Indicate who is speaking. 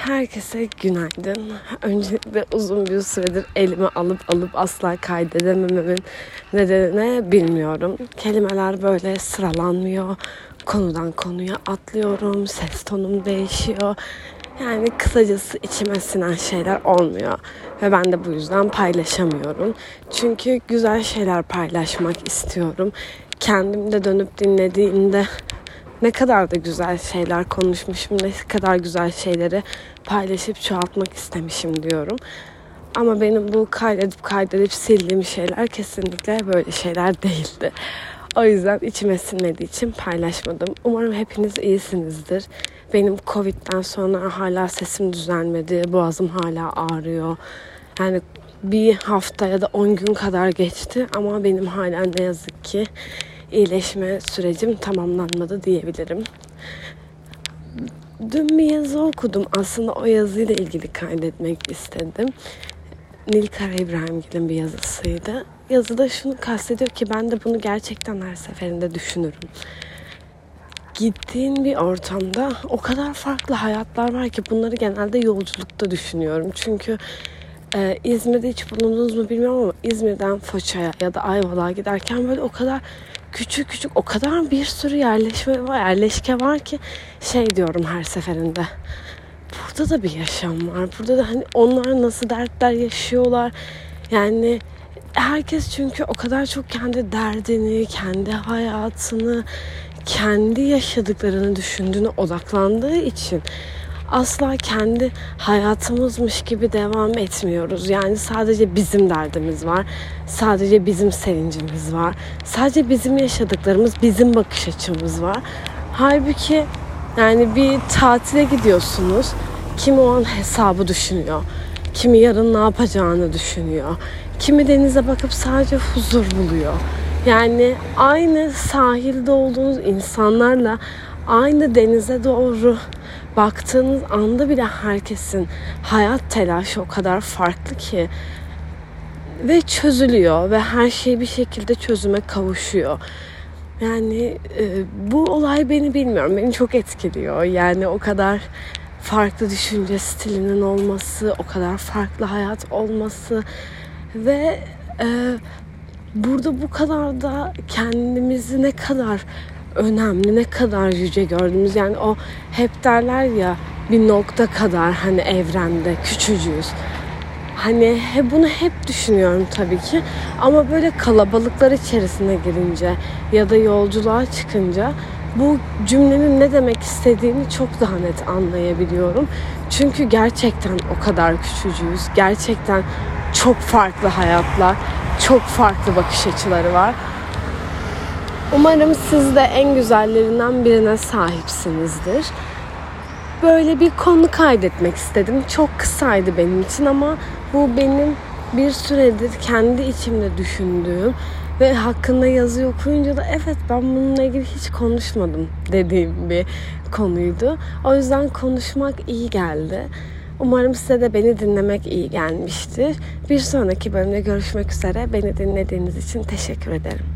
Speaker 1: Herkese günaydın. Öncelikle uzun bir süredir elime alıp asla kaydedemememin nedenini bilmiyorum. Kelimeler böyle sıralanmıyor. Konudan konuya atlıyorum. Ses tonum değişiyor. Yani kısacası içime sinen şeyler olmuyor. Ve ben de bu yüzden paylaşamıyorum. Çünkü güzel şeyler paylaşmak istiyorum. Kendimde dönüp dinlediğimde ne kadar da güzel şeyler konuşmuşum, ne kadar güzel şeyleri paylaşıp çoğaltmak istemişim diyorum. Ama benim bu kaydedip sildiğim şeyler kesinlikle böyle şeyler değildi. O yüzden içime sinmediği için paylaşmadım. Umarım hepiniz iyisinizdir. Benim Covid'den sonra hala sesim düzelmedi, boğazım hala ağrıyor. Yani bir hafta ya da 10 gün kadar geçti ama benim hala ne yazık ki iyileşme sürecim tamamlanmadı diyebilirim. Dün bir yazı okudum. Aslında o yazıyla ilgili kaydetmek istedim. Nilkara İbrahimgil'in bir yazısıydı. Yazıda şunu kastediyor ki ben de bunu gerçekten her seferinde düşünürüm. Gittiğin bir ortamda o kadar farklı hayatlar var ki bunları genelde yolculukta düşünüyorum. Çünkü İzmir'de hiç bulundunuz mu bilmiyorum ama İzmir'den Foça'ya ya da Ayvalık'a giderken böyle o kadar küçük o kadar bir sürü yerleşke var ki diyorum her seferinde. Burada da bir yaşam var. Burada da hani onlar nasıl dertler yaşıyorlar. Yani herkes çünkü o kadar çok kendi derdini, kendi hayatını, kendi yaşadıklarını düşündüğüne odaklandığı için asla kendi hayatımızmış gibi devam etmiyoruz. Yani sadece bizim derdimiz var. Sadece bizim sevincimiz var. Sadece bizim yaşadıklarımız, bizim bakış açımız var. Halbuki yani bir tatile gidiyorsunuz. Kimi o an hesabı düşünüyor. Kimi yarın ne yapacağını düşünüyor. Kimi denize bakıp sadece huzur buluyor. Yani aynı sahilde olduğunuz insanlarla aynı denize doğru baktığınız anda bile herkesin hayat telaşı o kadar farklı ki ve çözülüyor ve her şey bir şekilde çözüme kavuşuyor. Yani bu olay beni çok etkiliyor. Yani o kadar farklı düşünce stilinin olması, o kadar farklı hayat olması ve burada bu kadar da kendimizi ne kadar önemli, ne kadar yüce gördüğümüz, yani o hep derler ya bir nokta kadar hani evrende küçücüğüz. Hani bunu hep düşünüyorum tabii ki ama böyle kalabalıklar içerisine girince ya da yolculuğa çıkınca bu cümlenin ne demek istediğini çok daha net anlayabiliyorum. Çünkü gerçekten o kadar küçücüğüz. Gerçekten çok farklı hayatlar, çok farklı bakış açıları var. Umarım siz de en güzellerinden birine sahipsinizdir. Böyle bir konu kaydetmek istedim. Çok kısaydı benim için ama bu benim bir süredir kendi içimde düşündüğüm ve hakkında yazı okuyunca da evet ben bununla ilgili hiç konuşmadım dediğim bir konuydu. O yüzden konuşmak iyi geldi. Umarım size de beni dinlemek iyi gelmiştir. Bir sonraki bölümde görüşmek üzere. Beni dinlediğiniz için teşekkür ederim.